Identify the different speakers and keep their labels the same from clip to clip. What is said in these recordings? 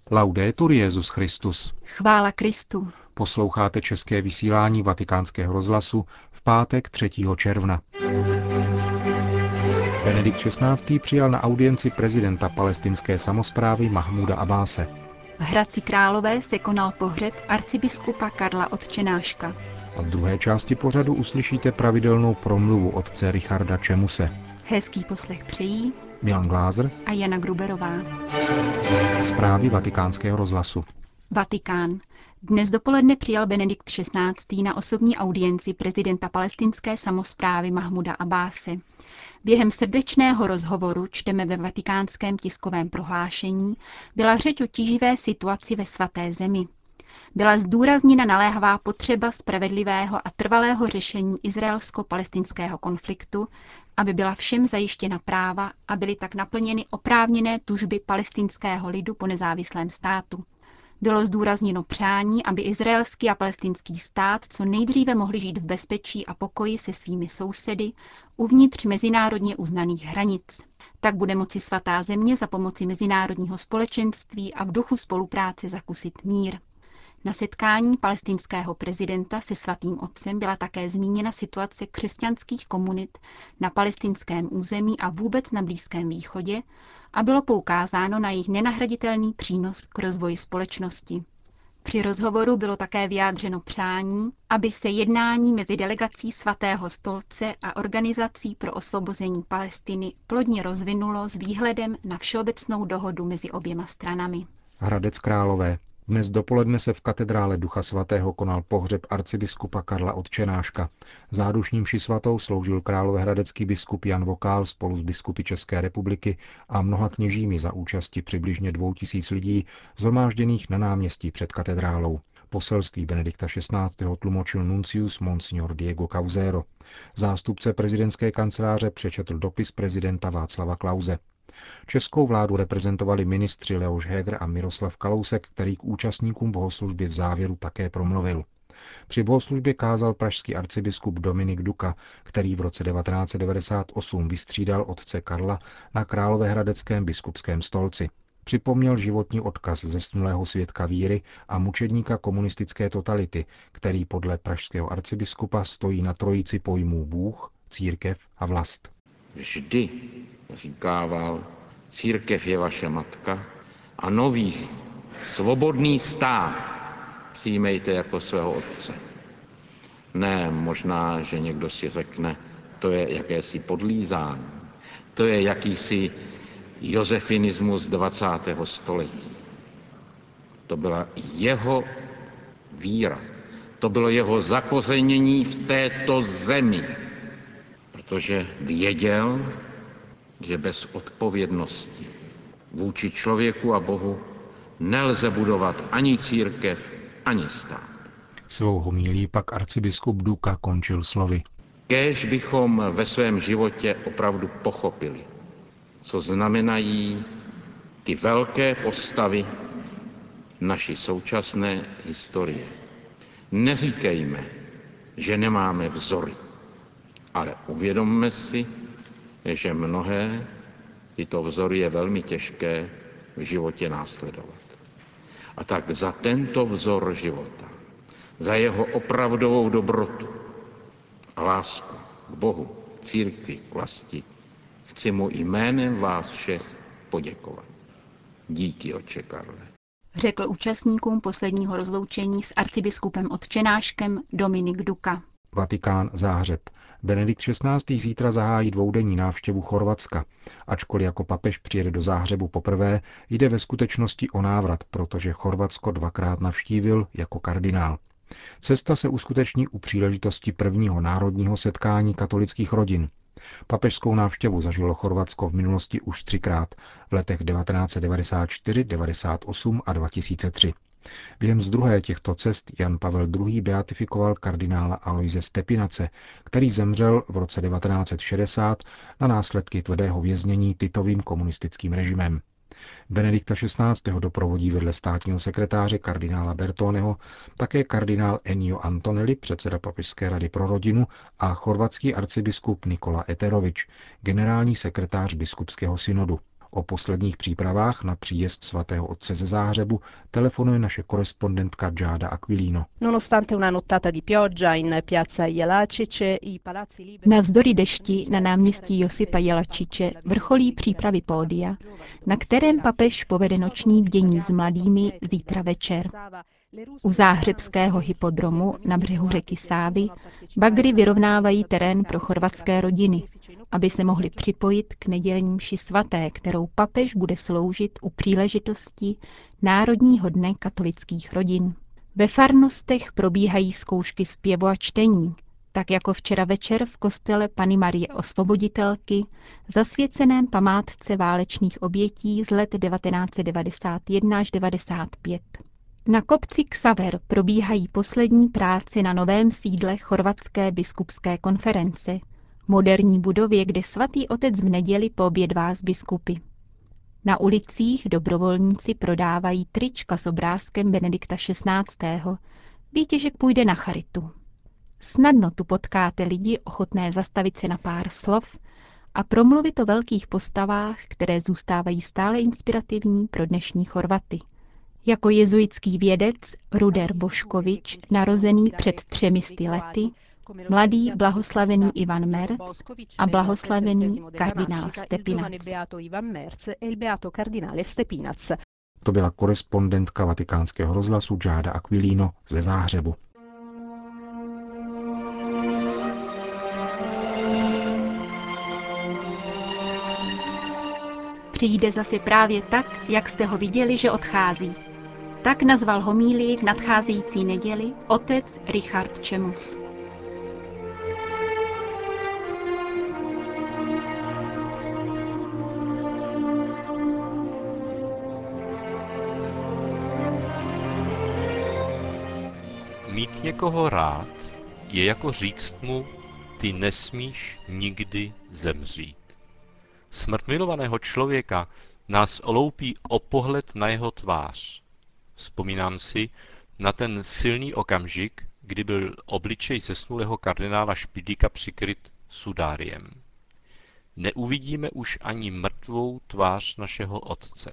Speaker 1: Laudetur Jesus Christus.
Speaker 2: Chvála Kristu.
Speaker 1: Posloucháte české vysílání Vatikánského rozhlasu v pátek 3. června. Benedikt XVI. Přijal na audienci prezidenta palestinské samosprávy Mahmúda Abbáse.
Speaker 2: V Hradci Králové se konal pohřeb arcibiskupa Karla Otčenáška.
Speaker 1: A v druhé části pořadu uslyšíte pravidelnou promluvu otce Richarda Čemuse.
Speaker 2: Hezký poslech přejí
Speaker 1: Milan Glázer
Speaker 2: a Jana Gruberová.
Speaker 1: Zprávy Vatikánského rozhlasu.
Speaker 2: Vatikán. Dnes dopoledne přijal Benedikt XVI. Na osobní audienci prezidenta palestinské samosprávy Mahmúda Abbáse. Během srdečného rozhovoru, čteme ve vatikánském tiskovém prohlášení, byla řeč o tíživé situaci ve svaté zemi. Byla zdůrazněna naléhavá potřeba spravedlivého a trvalého řešení izraelsko-palestinského konfliktu, aby byla všem zajištěna práva a byly tak naplněny oprávněné tužby palestinského lidu po nezávislém státu. Bylo zdůrazněno přání, aby izraelský a palestinský stát co nejdříve mohli žít v bezpečí a pokoji se svými sousedy uvnitř mezinárodně uznaných hranic. Tak bude moci svatá země za pomoci mezinárodního společenství a v duchu spolupráce zakusit mír. Na setkání palestinského prezidenta se svatým otcem byla také zmíněna situace křesťanských komunit na palestinském území a vůbec na Blízkém východě a bylo poukázáno na jejich nenahraditelný přínos k rozvoji společnosti. Při rozhovoru bylo také vyjádřeno přání, aby se jednání mezi delegací Svatého stolce a Organizací pro osvobození Palestiny plodně rozvinulo s výhledem na všeobecnou dohodu mezi oběma stranami.
Speaker 1: Hradec Králové. Dnes dopoledne se v katedrále Ducha svatého konal pohřeb arcibiskupa Karla Otčenáška. Zádušní mši svatou sloužil královéhradecký biskup Jan Vokál spolu s biskupy České republiky a mnoha kněžími za účasti přibližně 2000 lidí shromážděných na náměstí před katedrálou. Poselství Benedikta XVI. Tlumočil nuncius Monsignor Diego Causero. Zástupce prezidentské kanceláře přečetl dopis prezidenta Václava Klause. Českou vládu reprezentovali ministři Leoš Heger a Miroslav Kalousek, který k účastníkům bohoslužby v závěru také promluvil. Při bohoslužbě kázal pražský arcibiskup Dominik Duka, který v roce 1998 vystřídal otce Karla na královéhradeckém biskupském stolci. Připomněl životní odkaz zesnulého svědka víry a mučedníka komunistické totality, který podle pražského arcibiskupa stojí na trojici pojmů Bůh, církev a vlast.
Speaker 3: Vždy říkával, církev je vaše matka a nový svobodný stát přijmejte jako svého otce. Ne, možná, že někdo si řekne, to je jakési podlízání, to je jakýsi josefinismus 20. století. To byla jeho víra, to bylo jeho zakořenění v této zemi, protože věděl, že bez odpovědnosti vůči člověku a Bohu nelze budovat ani církev, ani stát.
Speaker 1: Svou homílí pak arcibiskup Duka končil slovy.
Speaker 3: Kéž bychom ve svém životě opravdu pochopili, co znamenají ty velké postavy naší současné historie. Neříkejme, že nemáme vzory, ale uvědomme si, že mnohé tyto vzory je velmi těžké v životě následovat. A tak za tento vzor života, za jeho opravdovou dobrotu a lásku k Bohu, církvi, k vlasti, chci mu jménem vás všech poděkovat. Díky, otče Karle.
Speaker 2: Řekl účastníkům posledního rozloučení s arcibiskupem Otčenáškem Dominik Duka.
Speaker 1: Vatikán, Záhřeb. Benedikt XVI. Zítra zahájí dvoudenní návštěvu Chorvatska. Ačkoliv jako papež přijede do Záhřebu poprvé, jde ve skutečnosti o návrat, protože Chorvatsko dvakrát navštívil jako kardinál. Cesta se uskuteční u příležitosti prvního národního setkání katolických rodin. Papežskou návštěvu zažilo Chorvatsko v minulosti už 3krát, v letech 1994, 1998 a 2003. Během z druhé těchto cest Jan Pavel II. Beatifikoval kardinála Alojze Stepinace, který zemřel v roce 1960 na následky tvrdého věznění Titovým komunistickým režimem. Benedikta XVI. Doprovodí vedle státního sekretáře kardinála Bertoneho také kardinál Ennio Antonelli, předseda Papežské rady pro rodinu, a chorvatský arcibiskup Nikola Eterovič, generální sekretář biskupského synodu. O posledních přípravách na příjezd svatého otce ze Záhřebu telefonuje naše korespondentka Giada Aquilino.
Speaker 2: Navzdory dešti na náměstí Josipa Jelačiče vrcholí přípravy pódia, na kterém papež povede noční bdění s mladými zítra večer. U záhřebského hypodromu na břehu řeky Sávy bagry vyrovnávají terén pro chorvatské rodiny, aby se mohli připojit k nedělní mši svaté, kterou papež bude sloužit u příležitosti Národního dne katolických rodin. Ve farnostech probíhají zkoušky zpěvu a čtení, tak jako včera večer v kostele Panny Marie Osvoboditelky, zasvěceném památce válečných obětí z let 1991 až 1995. Na kopci Ksaver probíhají poslední práce na novém sídle Chorvatské biskupské konference, moderní budově, kde svatý otec v neděli poobědvá s biskupy. Na ulicích dobrovolníci prodávají trička s obrázkem Benedikta XVI. Výtěžek půjde na charitu. Snadno tu potkáte lidi ochotné zastavit se na pár slov a promluvit o velkých postavách, které zůstávají stále inspirativní pro dnešní Chorvaty. Jako jezuitský vědec Ruder Boškovič, narozený před 300 lety, mladý blahoslavený Ivan Merc a blahoslavený kardinál Stepinac.
Speaker 1: To byla korespondentka Vatikánského rozhlasu Giada Aquilino ze Záhřebu.
Speaker 2: Přijde zase právě tak, jak jste ho viděli, že odchází. Tak nazval homílii k nadcházející neděli otec Richard Čemus.
Speaker 4: Mít někoho rád je jako říct mu, ty nesmíš nikdy zemřít. Smrt milovaného člověka nás oloupí o pohled na jeho tvář. Vzpomínám si na ten silný okamžik, kdy byl obličej zesnulého kardinála Špidlíka přikryt sudáriem. Neuvidíme už ani mrtvou tvář našeho otce.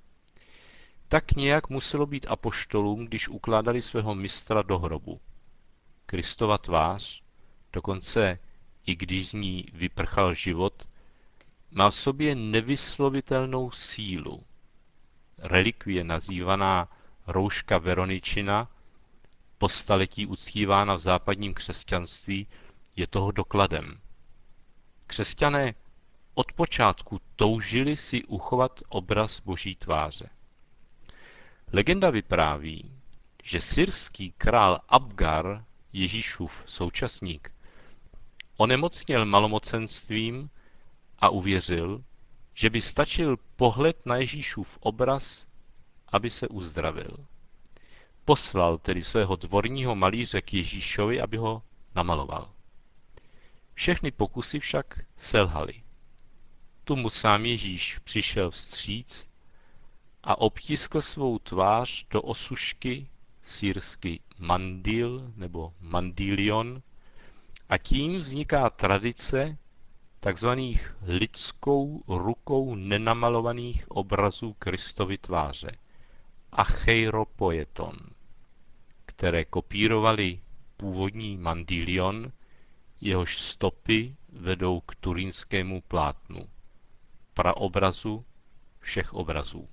Speaker 4: Tak nějak muselo být apoštolům, když ukládali svého mistra do hrobu. Kristova tvář, dokonce i když z ní vyprchal život, má v sobě nevyslovitelnou sílu. Relikvie nazývaná rouška Veroničina, po staletí uctívána v západním křesťanství, je toho dokladem. Křesťané od počátku toužili si uchovat obraz Boží tváře. Legenda vypráví, že syrský král Abgar, Ježíšův současník, onemocněl malomocenstvím a uvěřil, že by stačil pohled na Ježíšův obraz, aby se uzdravil. Poslal tedy svého dvorního malíře k Ježíšovi, aby ho namaloval. Všechny pokusy však selhaly. Tu mu sám Ježíš přišel vstříc a obtiskl svou tvář do osušky, syrsky mandil nebo mandilion, a tím vzniká tradice takzvaných lidskou rukou nenamalovaných obrazů Kristovy tváře, acheiropoieton, které kopírovali původní mandilion, jehož stopy vedou k turínskému plátnu, praobrazu všech obrazů.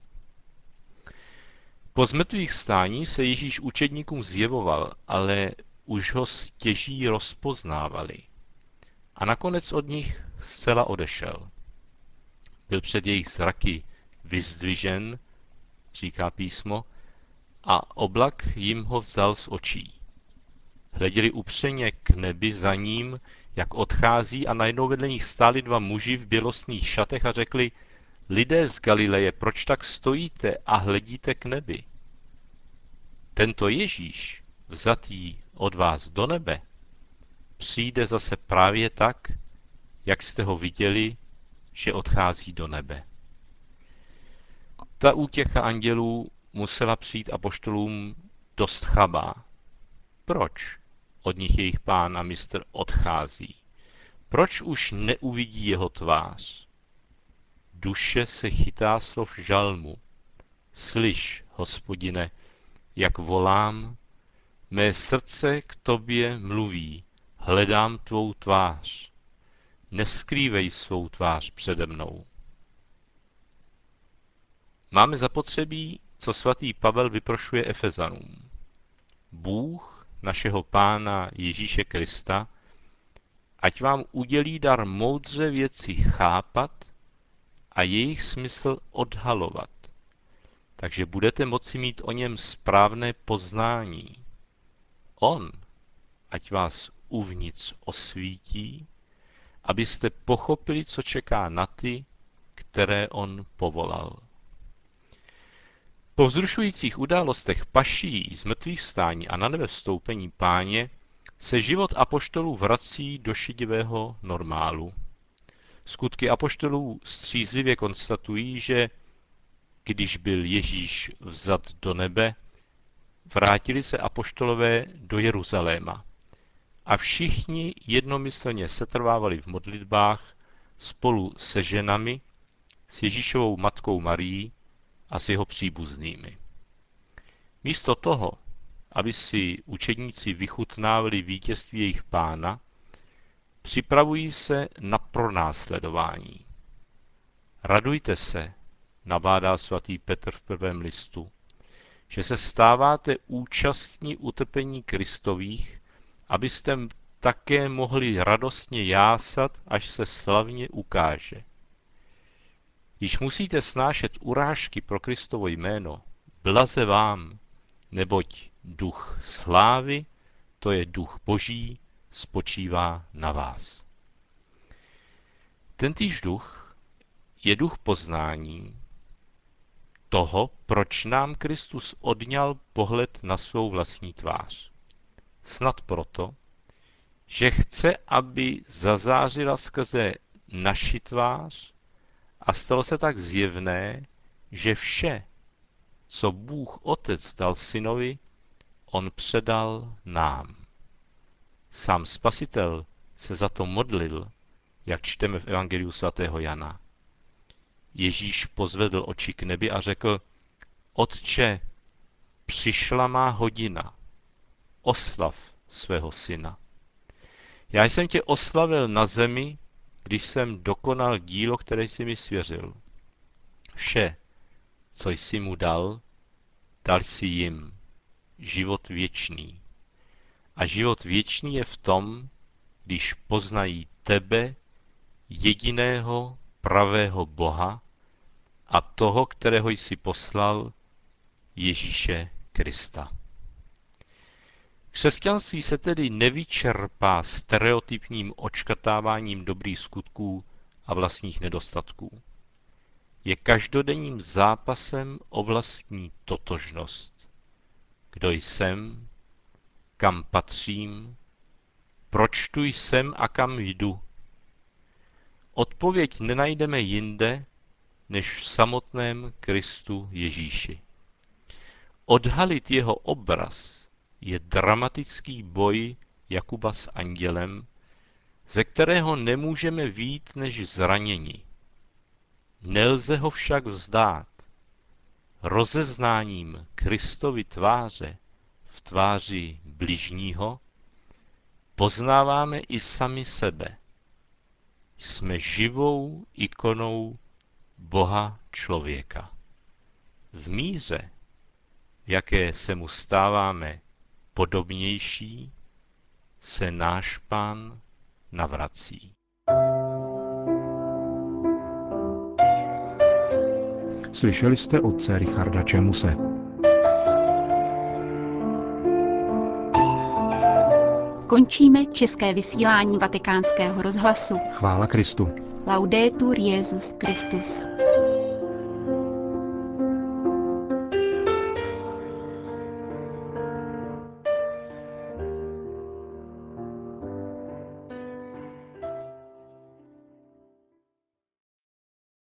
Speaker 4: Po zmrtvýchvstání se Ježíš učedníkům zjevoval, ale už ho stěží rozpoznávali. A nakonec od nich zcela odešel. Byl před jejich zraky vyzdvižen, říká písmo, a oblak jim ho vzal z očí. Hleděli upřeně k nebi za ním, jak odchází, a najednou vedle nich stáli dva muži v bělostných šatech a řekli: Lidé z Galileje, proč tak stojíte a hledíte k nebi? Tento Ježíš, vzatý od vás do nebe, přijde zase právě tak, jak jste ho viděli, že odchází do nebe. Ta útěcha andělů musela přijít apoštolům dost chabá. Proč od nich jejich pán a mistr odchází? Proč už neuvidí jeho tvář? duše se chytá slov žalmu. Slyš, Hospodine, jak volám, mé srdce k tobě mluví, hledám tvou tvář. Neskrývej svou tvář přede mnou. Máme zapotřebí, co svatý Pavel vyprošuje Efezanům. Bůh, našeho Pána Ježíše Krista, ať vám udělí dar moudře věci chápat a jejich smysl odhalovat, takže budete moci mít o něm správné poznání. On, ať vás uvnitř osvítí, abyste pochopili, co čeká na ty, které on povolal. Po vzrušujících událostech paší, zmrtvýchvstání a nanebevstoupení Páně se život apoštolů vrací do šedivého normálu. Skutky apoštolů střízlivě konstatují, že když byl Ježíš vzat do nebe, vrátili se apoštolové do Jeruzaléma a všichni jednomyslně setrvávali v modlitbách spolu se ženami, s Ježíšovou matkou Marií a s jeho příbuznými. Místo toho, aby si učedníci vychutnávali vítězství jejich Pána, připravují se na pronásledování. Radujte se, nabádá svatý Petr v 1. listu, že se stáváte účastní utrpení Kristových, abyste také mohli radostně jásat, až se slavně ukáže. Když musíte snášet urážky pro Kristovo jméno, blaze vám, neboť duch slávy, to je duch Boží, spočívá na vás. Tentýž duch je duch poznání toho, proč nám Kristus odňal pohled na svou vlastní tvář. Snad proto, že chce, aby zazářila skrze naši tvář a stalo se tak zjevné, že vše, co Bůh Otec dal synovi, on předal nám. Sám Spasitel se za to modlil, jak čteme v Evangeliu svatého Jana. Ježíš pozvedl oči k nebi a řekl: Otče, přišla má hodina, oslav svého syna. Já jsem tě oslavil na zemi, když jsem dokonal dílo, které jsi mi svěřil. Vše, co jsi mu dal, dal jsi jim, život věčný. A život věčný je v tom, když poznají tebe, jediného pravého Boha a toho, kterého jsi poslal, Ježíše Krista. Křesťanství se tedy nevyčerpá stereotypním odškrtáváním dobrých skutků a vlastních nedostatků. Je každodenním zápasem o vlastní totožnost. Kdo jsem, kam patřím, proč tu jsem a kam jdu? Odpověď nenajdeme jinde, než v samotném Kristu Ježíši. Odhalit jeho obraz je dramatický boj Jakuba s andělem, ze kterého nemůžeme vyjít než zraněni. Nelze ho však vzdát. Rozeznáním Kristovy tváře v tváři bližního poznáváme i sami sebe. Jsme živou ikonou Boha člověka. V míře, v jaké se mu stáváme podobnější, se náš Pán navrací.
Speaker 1: Slyšeli jste otce Richarda Čemuse.
Speaker 2: Končíme české vysílání Vatikánského rozhlasu.
Speaker 1: Chvála Kristu.
Speaker 2: Laudetur Jesus Christus.